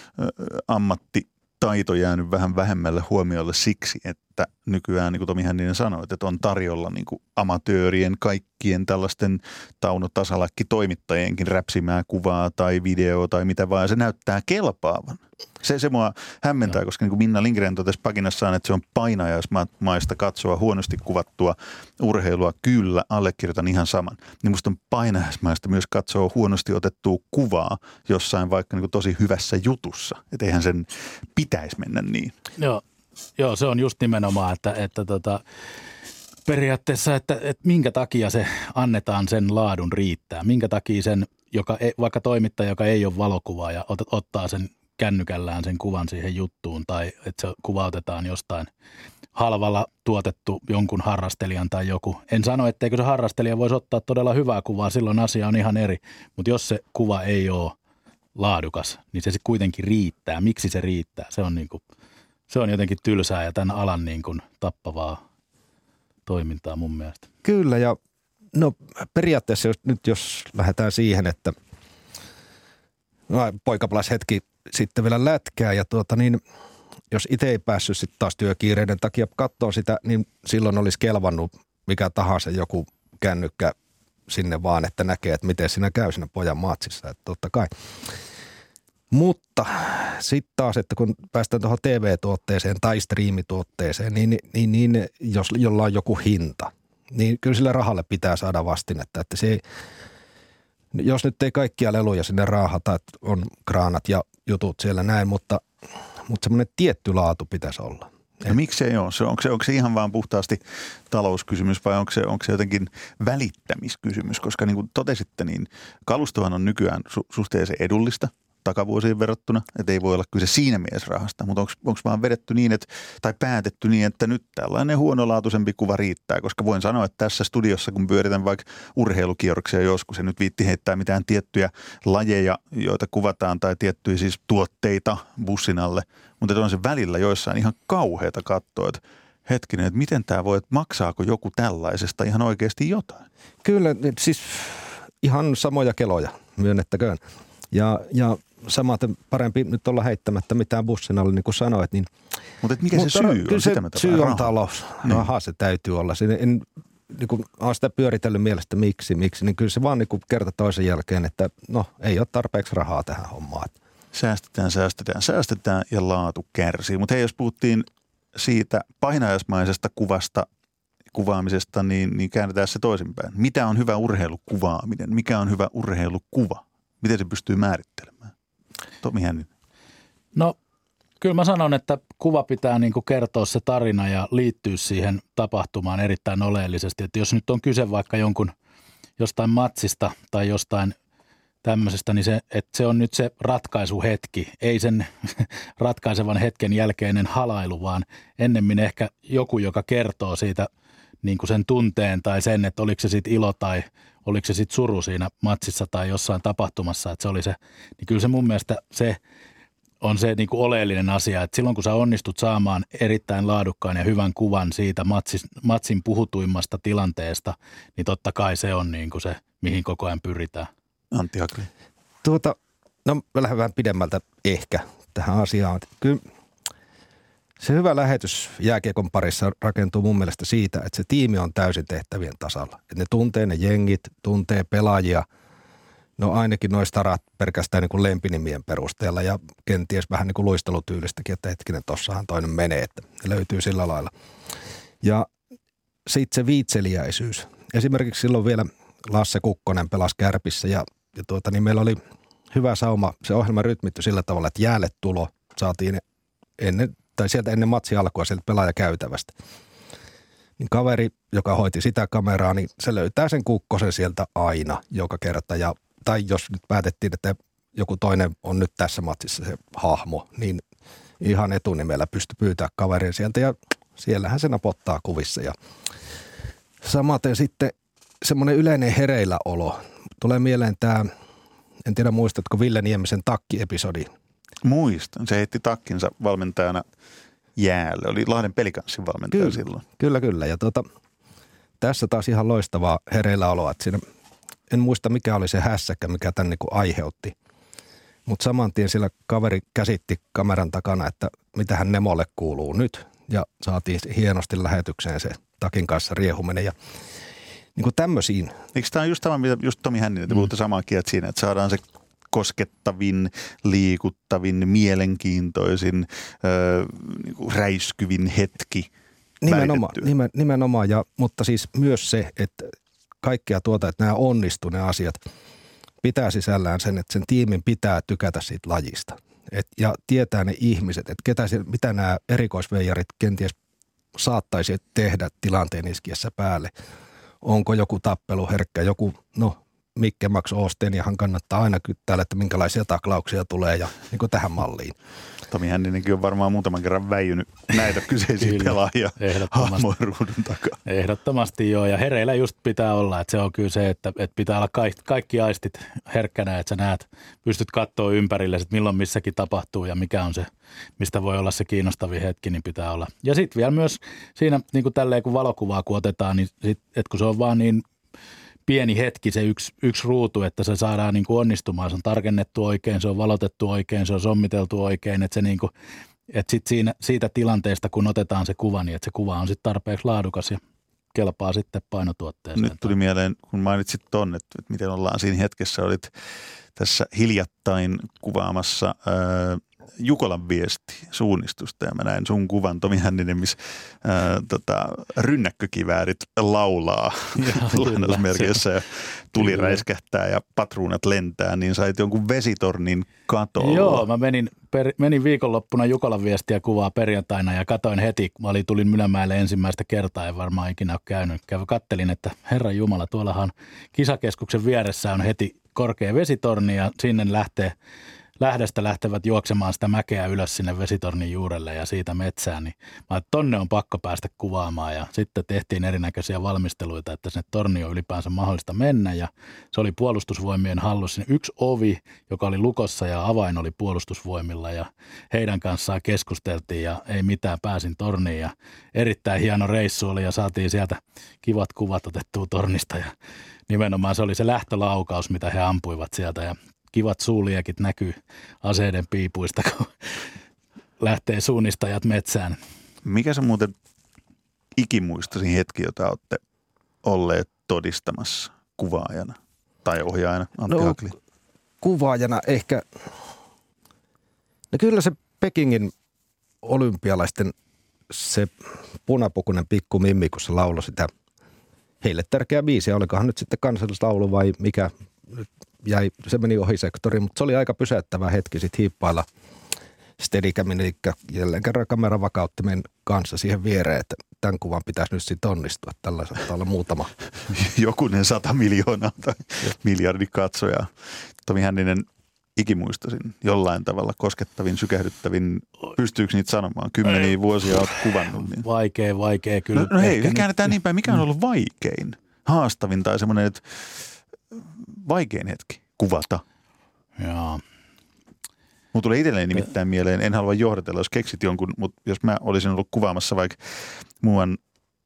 ammattitaito jäänyt vähän vähemmälle huomiolle siksi, että nykyään, niin kuin Tomi Hänninen sanoi, että on tarjolla niin kuin amatöörien, kaikkien tällaisten Tauno Tasalakki-toimittajienkin räpsimää kuvaa tai videoa tai mitä vaan, ja se näyttää kelpaavan. Se mua hämmentää, koska niin kuin Minna Lindgren totesi pakinassaan, että se on painajaismaista katsoa huonosti kuvattua urheilua. Kyllä, allekirjoitan ihan saman. Niin musta on painajaismaista myös katsoa huonosti otettua kuvaa jossain vaikka niin kuin tosi hyvässä jutussa. Että eihän sen pitäisi mennä niin. Joo, se on just nimenomaan, että periaatteessa, että minkä takia se annetaan sen laadun riittää. Minkä takia sen, vaikka toimittaja, joka ei ole valokuvaaja, ottaa sen kännykällään sen kuvan siihen juttuun tai että se kuva otetaan jostain halvalla tuotettu jonkun harrastelijan tai joku. En sano, etteikö se harrastelija voisi ottaa todella hyvää kuvaa, silloin asia on ihan eri, mutta jos se kuva ei ole laadukas, niin se kuitenkin riittää. Miksi se riittää? Se on jotenkin tylsää ja tämän alan niin kuin tappavaa toimintaa mun mielestä. Kyllä ja no periaatteessa jos lähdetään siihen, että poika pelasi hetki sitten vielä lätkää ja jos itse ei päässyt sitten taas työkiireiden takia katsoa sitä, niin silloin olisi kelvannut mikä tahansa joku kännykkä sinne vaan, että näkee, että miten siinä käy siinä pojan matsissa, että totta kai. Mutta sitten taas, että kun päästään tuohon TV-tuotteeseen tai striimituotteeseen, niin jolla on joku hinta, niin kyllä sille rahalle pitää saada vastinetta. Että se, jos nyt ei kaikkia leluja sinne raahata, että on kraanat ja jutut siellä näin, mutta semmoinen tietty laatu pitäisi olla. Ja miksei ole? Onko se ihan vaan puhtaasti talouskysymys vai onko se jotenkin välittämiskysymys? Koska niin kuin totesitte, niin kalustohan on nykyään suhteellisen edullista takavuosiin verrattuna, että ei voi olla kyse siinä mielessä rahasta, mutta onko vaan vedetty niin, tai päätetty niin, että nyt tällainen huonolaatuisempi kuva riittää, koska voin sanoa, että tässä studiossa, kun pyöritän vaikka urheilukierroksia joskus, ja nyt viitti heittää mitään tiettyjä lajeja, joita kuvataan, tai tiettyjä siis tuotteita bussin alle, mutta on se välillä joissain ihan kauheata katsoa, että hetkinen, että miten tämä voi, että maksaako joku tällaisesta ihan oikeasti jotain? Kyllä, siis ihan samoja keloja, myönnettäköön. Ja samaten parempi nyt olla heittämättä mitään bussin alle, niin kuin sanoit. Niin, mutta mikä se syy on? Kyllä se syy on talous. Rahaa se täytyy olla. En niin kuin, olen sitä pyöritellyt mielestä miksi, niin kyllä se vaan niin kuin kerta toisen jälkeen, että no ei ole tarpeeksi rahaa tähän hommaan. Säästetään ja laatu kärsii. Mutta hei, jos puhuttiin siitä painajaismaisesta kuvaamisesta, niin käännetään se toisinpäin. Mitä on hyvä urheilukuvaaminen? Mikä on hyvä urheilukuva? Miten se pystyy määrittelemään? Tomi Hänninen. No, kyllä mä sanon, että kuva pitää niin kuin kertoa se tarina ja liittyä siihen tapahtumaan erittäin oleellisesti. Että jos nyt on kyse vaikka jostain matsista tai jostain tämmöisestä, niin se on nyt se ratkaisuhetki. Ei sen ratkaisevan hetken jälkeinen halailu, vaan ennemmin ehkä joku, joka kertoo siitä niin kuin sen tunteen tai sen, että oliko se sitten ilo tai oliko se sitten suru siinä matsissa tai jossain tapahtumassa, että se oli se, niin kyllä se mun mielestä se on se niin kuin oleellinen asia, että silloin kun sä onnistut saamaan erittäin laadukkaan ja hyvän kuvan siitä matsin puhutuimmasta tilanteesta, niin totta kai se on niin kuin se, mihin koko ajan pyritään. Antti Haglin. No lähden vähän pidemmältä ehkä tähän asiaan. Kyllä se hyvä lähetys jääkiekon parissa rakentuu mun mielestä siitä, että se tiimi on täysin tehtävien tasalla. Että ne tuntee ne jengit, tuntee pelaajia, no ainakin noin starat pelkästään niin kuin lempinimien perusteella ja kenties vähän niin kuin luistelutyylistäkin, että hetkinen, tossahan toinen menee, että ne löytyy sillä lailla. Ja sitten se viitseliäisyys. Esimerkiksi silloin vielä Lasse Kukkonen pelasi Kärpissä ja niin meillä oli hyvä sauma. Se ohjelma rytmitty sillä tavalla, että jäälle tulo saatiin sieltä ennen matsia alkua sieltä pelaajakäytävästä. Niin kaveri, joka hoiti sitä kameraa, niin se löytää sen Kukkosen sieltä aina joka kerta. Tai jos nyt päätettiin, että joku toinen on nyt tässä matsissa se hahmo, niin ihan etunimellä pystyi pyytämään kaverin sieltä ja siellähän se napottaa kuvissa. Ja samaten sitten semmoinen yleinen hereilläolo. Tulee mieleen tämä, en tiedä muistatko Ville Niemisen takkiepisodi. Muistan. Se heitti takkinsa valmentajana jäälle. Oli Lahden Pelikanssin valmentaja silloin. Kyllä. Ja tässä taas ihan loistavaa hereilläoloa. Että siinä, en muista mikä oli se hässäkkä, mikä tämän niin kuin aiheutti. Mutta saman tien sillä kaveri käsitti kameran takana, että mitähän Nemolle kuuluu nyt. Ja saatiin hienosti lähetykseen se takin kanssa riehuminen ja niin kuin tämmöisiin. Eikö tämä just tämä, mitä just Tomi Hänninen, te puhutte samaa kieltä siinä, että saadaan se koskettavin, liikuttavin, mielenkiintoisin, niin kuin räiskyvin hetki Nimenomaan, mutta siis myös se, että kaikkea että nämä onnistuu ne asiat, pitää sisällään sen, että sen tiimin pitää tykätä siitä lajista. Ja tietää ne ihmiset, että mitä nämä erikoisveijarit kenties saattaisi tehdä tilanteen iskiessä päälle. Onko joku tappeluherkkä, Mikke Max Oosteniahan kannattaa aina kyttäällä, että minkälaisia taklauksia tulee ja niin kuin tähän malliin. Tomi Hänninenkin on varmaan muutaman kerran väijynyt näitä kyseisiä pelaajia hahmojen ruudun takaa. Ehdottomasti joo, ja hereillä just pitää olla, että se on kyllä se, että pitää olla kaikki aistit herkkänä, että sä pystyt katsoa ympärille, että milloin missäkin tapahtuu ja mikä on se, mistä voi olla se kiinnostavin hetki, niin pitää olla. Ja sitten vielä myös siinä, niin kuin tälleen kun valokuvaa kun otetaan, niin että kun se on vaan niin pieni hetki, se yksi ruutu, että se saadaan niin kuin onnistumaan. Se on tarkennettu oikein, se on valotettu oikein, se on sommiteltu oikein, että se niin kuin, että sit siitä tilanteesta, kun otetaan se kuva, niin että se kuva on sitten tarpeeksi laadukas ja kelpaa sitten painotuotteeseen. Nyt tuli mieleen, kun mainitsit ton, että miten ollaan siinä hetkessä, olit tässä hiljattain kuvaamassa Jukolan viesti suunnistusta, ja mä näin sun kuvan, Tomi Hänninen, missä rynnäkkökiväärit laulaa lainausmerkeissä ja tuli räiskähtää ja patruunat lentää, niin sait jonkun vesitornin katolla. Joo, mä menin viikonloppuna Jukolan viestiä kuvaa perjantaina ja katoin heti, tulin Mynämäelle ensimmäistä kertaa, en varmaan ikinä ole käynyt. Kattelin, että Herran Jumala, tuollahan kisakeskuksen vieressä on heti korkea vesitorni ja sinne lähdestä lähtevät juoksemaan sitä mäkeä ylös sinne vesitornin juurelle ja siitä metsään, niin tonne on pakko päästä kuvaamaan ja sitten tehtiin erinäköisiä valmisteluita, että sinne torni on ylipäänsä mahdollista mennä ja se oli puolustusvoimien hallussa. Yksi ovi, joka oli lukossa ja avain oli puolustusvoimilla ja heidän kanssaan keskusteltiin ja ei mitään, pääsin torniin ja erittäin hieno reissu oli ja saatiin sieltä kivat kuvat otettua tornista ja nimenomaan se oli se lähtölaukaus, mitä he ampuivat sieltä ja kivat suuliekit näkyy aseiden piipuista, kun lähtee suunnistajat metsään. Mikä se muuten ikimuistoisin hetki, jota olette olleet todistamassa kuvaajana tai ohjaajana, Antti Hakli? Kuvaajana ehkä, no kyllä se Pekingin olympialaisten se punapukunen pikku Mimmi, kun se lauloi sitä heille tärkeää biisiä, olikohan nyt sitten kansallislaulu vai mikä nyt jäi, se meni ohi sektoriin, mutta se oli aika pysäyttävä hetki sitten hiippailla Steadicamin, eli jälleen kerran kameravakauttimen kanssa siihen viereen, että tämän kuvan pitäisi nyt sitten onnistua. Tällä saattaa olla muutama. Jokunen 100 miljoonaa tai miljardi katsojaa. Tomi Hänninen, ikimuistoisin jollain tavalla koskettavin, sykähdyttävin, pystyykö niitä sanomaan? Kymmeniä vuosia olet kuvannut. Niin. Vaikea kyllä. No hei, käännetään niin päin. Mikä on ollut vaikein, haastavin tai semmoinen, että vaikein hetki kuvata? Joo. Mulla tulee itselleen nimittäin mieleen, en halua johdatella, jos keksit jonkun, mutta jos mä olisin ollut kuvaamassa vaikka muuan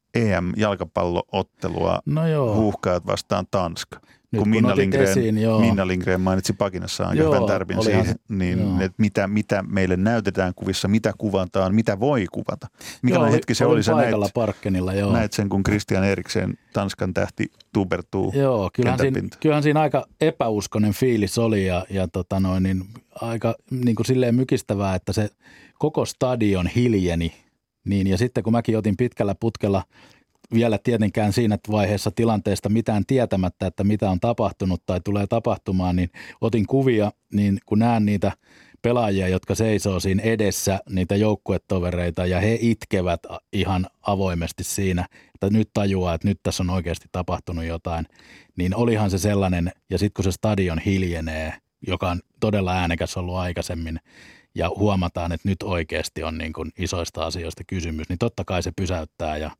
EM-jalkapalloottelua, Huuhkajat vastaan Tanska. Nyt, kun Minna Lindgren mainitsi pakinassaan hyvän tärpin siihen, niin että mitä meille näytetään kuvissa, mitä kuvataan, mitä voi kuvata. Mikälainen hetki se oli? Sä näit sen, kun Christian Eriksen, Tanskan tähti, tubertuu. Joo, kyllähän siinä aika epäuskonen fiilis oli ja niin aika niin kuin silleen mykistävää, että se koko stadion hiljeni. Niin, ja sitten kun mäkin otin pitkällä putkella vielä tietenkään siinä vaiheessa tilanteesta mitään tietämättä, että mitä on tapahtunut tai tulee tapahtumaan, niin otin kuvia, niin kun näen niitä pelaajia, jotka seisoo siinä edessä, niitä joukkuetovereita, ja he itkevät ihan avoimesti siinä, että nyt tajuaa, että nyt tässä on oikeasti tapahtunut jotain, niin olihan se sellainen, ja sitten kun se stadion hiljenee, joka on todella äänekäs ollut aikaisemmin, ja huomataan, että nyt oikeasti on niin kuin isoista asioista kysymys, niin totta kai se pysäyttää ja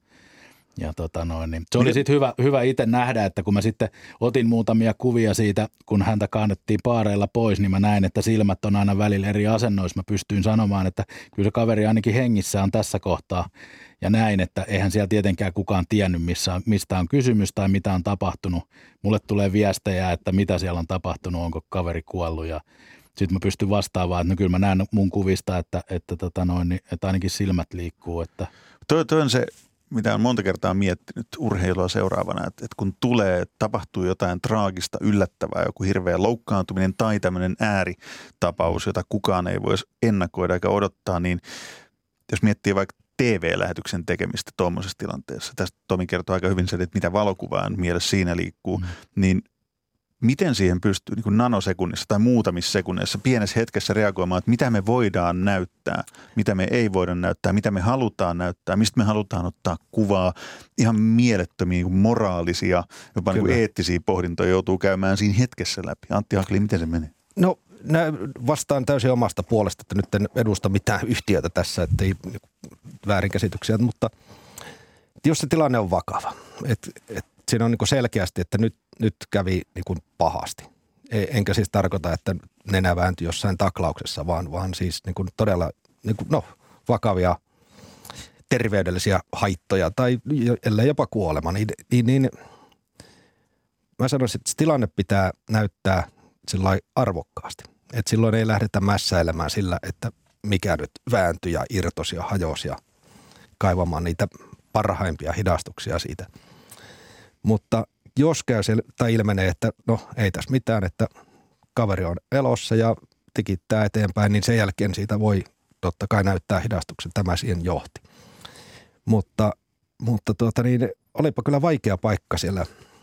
niin se oli sitten hyvä itse nähdä, että kun mä sitten otin muutamia kuvia siitä, kun häntä kannettiin paareilla pois, niin mä näin, että silmät on aina välillä eri asennoissa. Mä pystyin sanomaan, että kyllä se kaveri ainakin hengissä on tässä kohtaa ja näin, että eihän siellä tietenkään kukaan tiennyt, mistä on kysymys tai mitä on tapahtunut. Mulle tulee viestejä, että mitä siellä on tapahtunut, onko kaveri kuollut ja sitten mä pystyn vastaamaan, että no kyllä mä näen mun kuvista, että ainakin silmät liikkuu. Että. Toi on se, mitä on monta kertaa miettinyt urheilua seuraavana, että kun tapahtuu jotain traagista, yllättävää, joku hirveä loukkaantuminen tai tämmöinen ääritapaus, jota kukaan ei voisi ennakoida eikä odottaa, niin jos miettii vaikka TV-lähetyksen tekemistä tuommoisessa tilanteessa, tästä Tomi kertoo aika hyvin se, että mitä valokuvaan mielessä siinä liikkuu, niin miten siihen pystyy niin kuin nanosekunnissa tai muutamissa sekunneissa pienessä hetkessä reagoimaan, että mitä me voidaan näyttää, mitä me ei voida näyttää, mitä me halutaan näyttää, mistä me halutaan ottaa kuvaa. Ihan mielettömiä moraalisia, jopa niin kuin eettisiä pohdintoja joutuu käymään siinä hetkessä läpi. Antti Hakli, miten se menee? No vastaan täysin omasta puolesta, että nyt en edusta mitään yhtiötä tässä, ettei väärinkäsityksiä, mutta jos se tilanne on vakava, että siinä on niin kuin selkeästi, että nyt kävi niin kuin pahasti. Enkä siis tarkoita, että nenä vääntyi jossain taklauksessa, vaan siis niin kuin todella niin kuin, vakavia terveydellisiä haittoja tai ellei jopa kuolema. Niin mä sanoisin, että se tilanne pitää näyttää sillai arvokkaasti. Että silloin ei lähdetä mässäilemään sillä, että mikä nyt vääntyi ja irtosi ja hajosi ja kaivamaan niitä parhaimpia hidastuksia siitä. Mutta jos käy tai ilmenee, että no ei tässä mitään, että kaveri on elossa ja tikittää eteenpäin, niin sen jälkeen siitä voi totta kai näyttää hidastuksen. Tämä siihen johti. Mutta olipa kyllä vaikea paikka siellä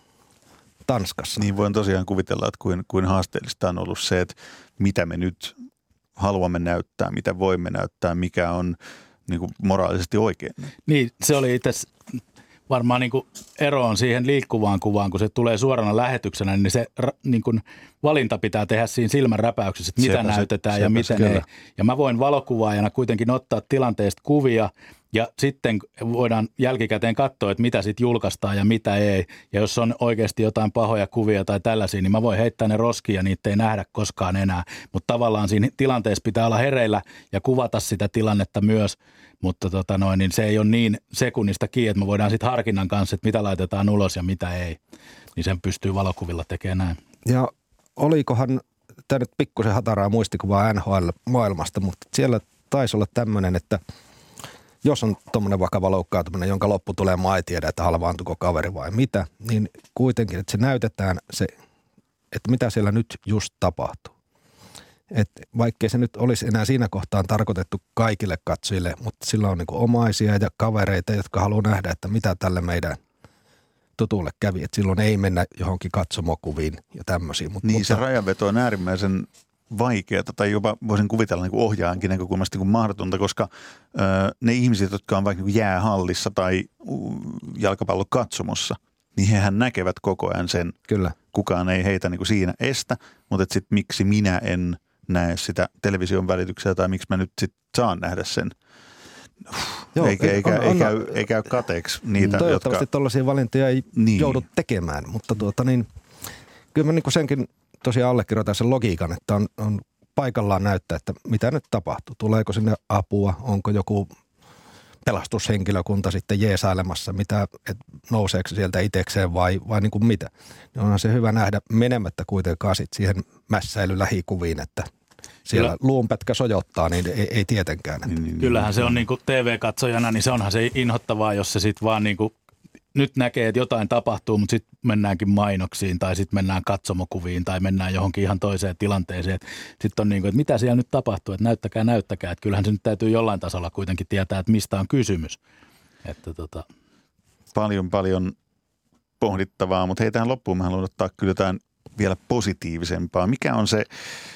Tanskassa. Niin voin tosiaan kuvitella, että kuin haasteellista on ollut se, että mitä me nyt haluamme näyttää, mitä voimme näyttää, mikä on niin kuin moraalisesti oikein. Niin, se oli itse varmaan niin kuin ero on siihen liikkuvaan kuvaan, kun se tulee suorana lähetyksenä, niin se niin kuin valinta pitää tehdä siinä silmän räpäyksessä, että mitä näytetään ja miten ei. Ja mä voin valokuvaajana kuitenkin ottaa tilanteesta kuvia ja sitten voidaan jälkikäteen katsoa, että mitä sitten julkaistaan ja mitä ei. Ja jos on oikeasti jotain pahoja kuvia tai tällaisia, niin mä voin heittää ne roskiin ja niitä ei nähdä koskaan enää. Mutta tavallaan siinä tilanteessa pitää olla hereillä ja kuvata sitä tilannetta myös. Mutta niin se ei ole niin sekunnista kiinni, että me voidaan sitten harkinnan kanssa, että mitä laitetaan ulos ja mitä ei. Niin sen pystyy valokuvilla tekemään näin. Ja olikohan, tämä nyt pikkusen hataraa muistikuvaa NHL-maailmasta, mutta siellä taisi olla tämmöinen, että jos on tuommoinen vakava loukkaantuminen, jonka lopputulemaa ei tiedä, että halvaantuko kaveri vai mitä, niin kuitenkin, että se näytetään se, että mitä siellä nyt just tapahtuu. Että vaikkei se nyt olisi enää siinä kohtaan tarkoitettu kaikille katsojille, mutta sillä on niin kuin omaisia ja kavereita, jotka haluaa nähdä, että mitä tälle meidän tutulle kävi. Että silloin ei mennä johonkin katsomokuviin ja tämmöisiin. Niin se rajanveto on äärimmäisen vaikeaa tai jopa voisin kuvitella niin kuin ohjaajankin näkökulmasta niin kuin mahdotonta, koska ne ihmiset, jotka on vaikka niin kuin jäähallissa tai jalkapallokatsomossa, niin hehän näkevät koko ajan sen. Kyllä. Kukaan ei heitä niin kuin siinä estä, mutta sitten miksi minä en näe sitä television välityksellä tai miksi mä nyt sitten saan nähdä sen. Joo, ei käy kateeksi niitä, toivottavasti tuollaisia valintoja ei joudu tekemään, mutta kyllä mä niin senkin tosiaan allekirjoitan sen logiikan, että on paikallaan näyttää, että mitä nyt tapahtuu. Tuleeko sinne apua, onko joku pelastushenkilökunta sitten jeesailemassa, että nouseeko sieltä itsekseen vai niin kuin mitä. Niin onhan se hyvä nähdä menemättä kuitenkaan sit siihen mässäilylähikuviin, että siellä luunpätkä sojottaa, niin ei tietenkään. Kyllähän se on niin kuin TV-katsojana, niin se onhan se inhottavaa, jos se sitten vaan niin kuin nyt näkee, että jotain tapahtuu, mutta sitten mennäänkin mainoksiin tai sitten mennään katsomokuviin tai mennään johonkin ihan toiseen tilanteeseen. Sitten on niin kuin, että mitä siellä nyt tapahtuu, että näyttäkää. Että kyllähän se nyt täytyy jollain tasolla kuitenkin tietää, että mistä on kysymys. Että Paljon pohdittavaa, mutta hei tähän loppuun mä haluan ottaa kyllä jotain vielä positiivisempaa. Mikä on se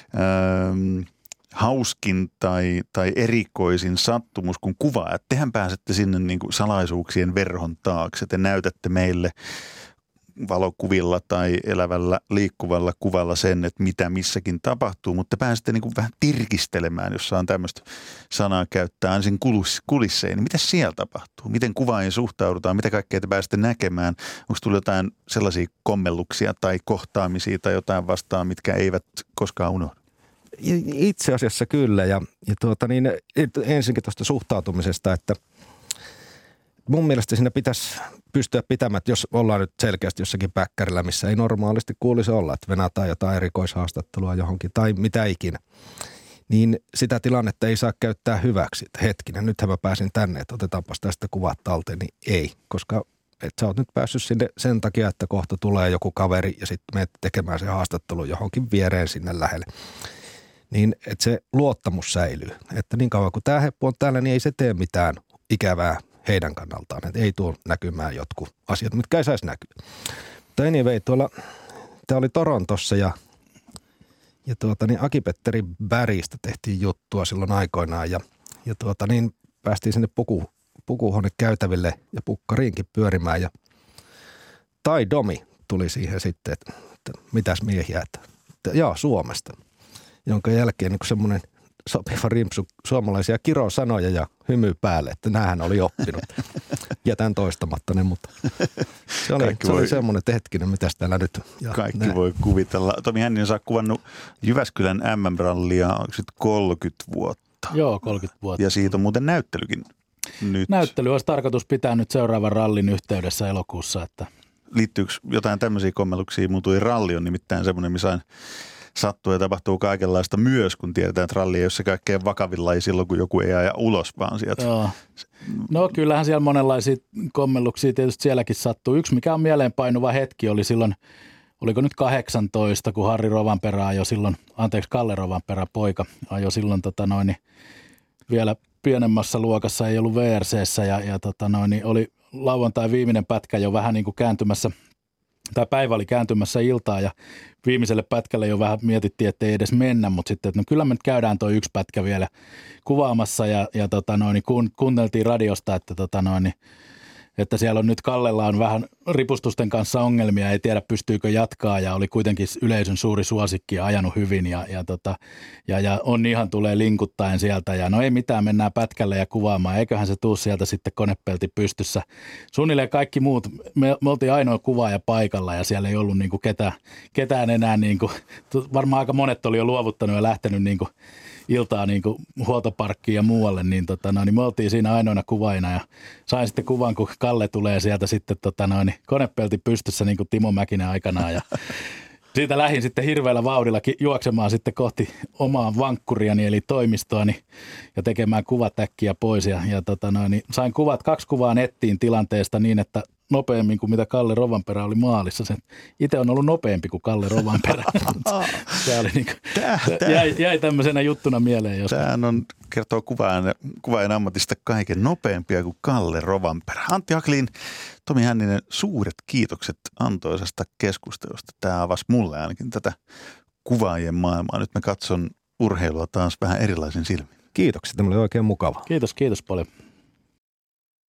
hauskin tai erikoisin sattumus, kun kuvaajat, tehän pääsette sinne niin kuin salaisuuksien verhon taakse. Te näytätte meille valokuvilla tai elävällä liikkuvalla kuvalla sen, että mitä missäkin tapahtuu, mutta te pääsette niin kuin vähän tirkistelemään, jos saan tämmöistä sanaa käyttää ensin kulisseen. Niin mitä siellä tapahtuu? Miten kuvaajien suhtaudutaan? Mitä kaikkea te pääsette näkemään? Onko tullut jotain sellaisia kommelluksia tai kohtaamisia tai jotain vastaan, mitkä eivät koskaan unohdu? Itse asiassa kyllä ja ensinkin tuosta suhtautumisesta, että mun mielestä siinä pitäisi pystyä pitämään, että jos ollaan nyt selkeästi jossakin päkkärillä, missä ei normaalisti kuulisi olla, että venataan jotain erikoishaastattelua johonkin tai mitä ikinä, niin sitä tilannetta ei saa käyttää hyväksi. Että hetkinen, nythän mä pääsin tänne, että otetaanpas tästä kuvat talteen, niin ei, koska sä oot nyt päässyt sinne sen takia, että kohta tulee joku kaveri ja sitten menet tekemään se haastattelu johonkin viereen sinne lähelle. Niin, että se luottamus säilyy. Että niin kauan kuin tämä heppu on täällä, niin ei se tee mitään ikävää heidän kannaltaan. Että ei tuo näkymään jotkut asiat, mitkä ei saisi näkyä. Mutta anyway, tämä oli Torontossa ja Aki-Petteri Bäristä tehtiin juttua silloin aikoinaan ja päästiin sinne pukuhuonekäytäville ja pukkariinkin pyörimään ja Tai Domi tuli siihen sitten, että mitäs miehiä, että Suomesta. Jonka jälkeen niin semmoinen sopiva rimpsu suomalaisia kirosanoja ja hymy päälle, että näähän oli oppinut. Jätän toistamatta ne, mutta se oli semmoinen, että hetkinen, mitäs täällä nyt. Kaikki voi kuvitella. Tomi Hänninen, sä oot kuvannut Jyväskylän MM-rallia 30 vuotta. Joo, 30 vuotta. Ja siitä on muuten näyttelykin nyt. Näyttely olisi tarkoitus pitää nyt seuraavan rallin yhteydessä elokuussa. Että liittyykö jotain tämmöisiä kommelluksia? Mun tuli ralli on nimittäin semmoinen, missä sattuu ja tapahtuu kaikenlaista myös, kun tiedetään, että ralli ei ole se kaikkein vakavin laji silloin, kun joku ei aja ulos, vaan sieltä. Joo. No kyllähän siellä monenlaisia kommelluksia tietysti sielläkin sattuu. Yksi, mikä on mieleenpainuva hetki, oli silloin, oliko nyt 18, kun Kalle Rovanperä poika ajoi silloin vielä pienemmässä luokassa, ei ollut VRC:ssä ja oli lauantai viimeinen pätkä jo vähän niin kuin kääntymässä, tai päivä oli kääntymässä iltaa ja viimeiselle pätkälle jo vähän mietittiin, että ei edes mennä, mutta sitten, että no kyllä me nyt käydään tuo yksi pätkä vielä kuvaamassa ja kuunneltiin radiosta, että siellä on nyt Kallella on vähän ripustusten kanssa ongelmia, ei tiedä pystyykö jatkaa ja oli kuitenkin yleisön suuri suosikki ja ajanut hyvin ja on ihan tulee linkuttaen sieltä ja no ei mitään, mennään pätkälle ja kuvaamaan, eiköhän se tuu sieltä sitten konepelti pystyssä. Suunnilleen kaikki muut, me oltiin ainoa kuvaaja paikalla ja siellä ei ollut niinku ketään enää, niinku, varmaan aika monet oli jo luovuttanut ja lähtenyt niinku iltaa niin kuin huoltoparkkiin ja muualle, niin me oltiin siinä ainoana kuvaajina ja sain sitten kuvan, kun Kalle tulee sieltä sitten konepelti pystyssä niin kuin Timo Mäkinen aikanaan ja siitä lähdin sitten hirveällä vauhdilla juoksemaan sitten kohti omaa vankkuriani eli toimistoani ja tekemään kuvatäkkiä pois ja sain kaksi kuvaa nettiin tilanteesta niin, että nopeammin kuin mitä Kalle Rovanperä oli maalissa. Itse on ollut nopeampi kuin Kalle Rovanperä. Se oli niin kuin, jäi tämmöisenä juttuna mieleen joskus. Tämä kertoo kuvaajan ammatista kaiken nopeampia kuin Kalle Rovanperä. Antti Haklin, Tomi Hänninen, suuret kiitokset antoisesta keskustelusta. Tämä avasi mulle ainakin tätä kuvaajien maailmaa. Nyt mä katson urheilua taas vähän erilaisin silmin. Kiitoksia, tämä oli oikein mukava. Kiitos paljon.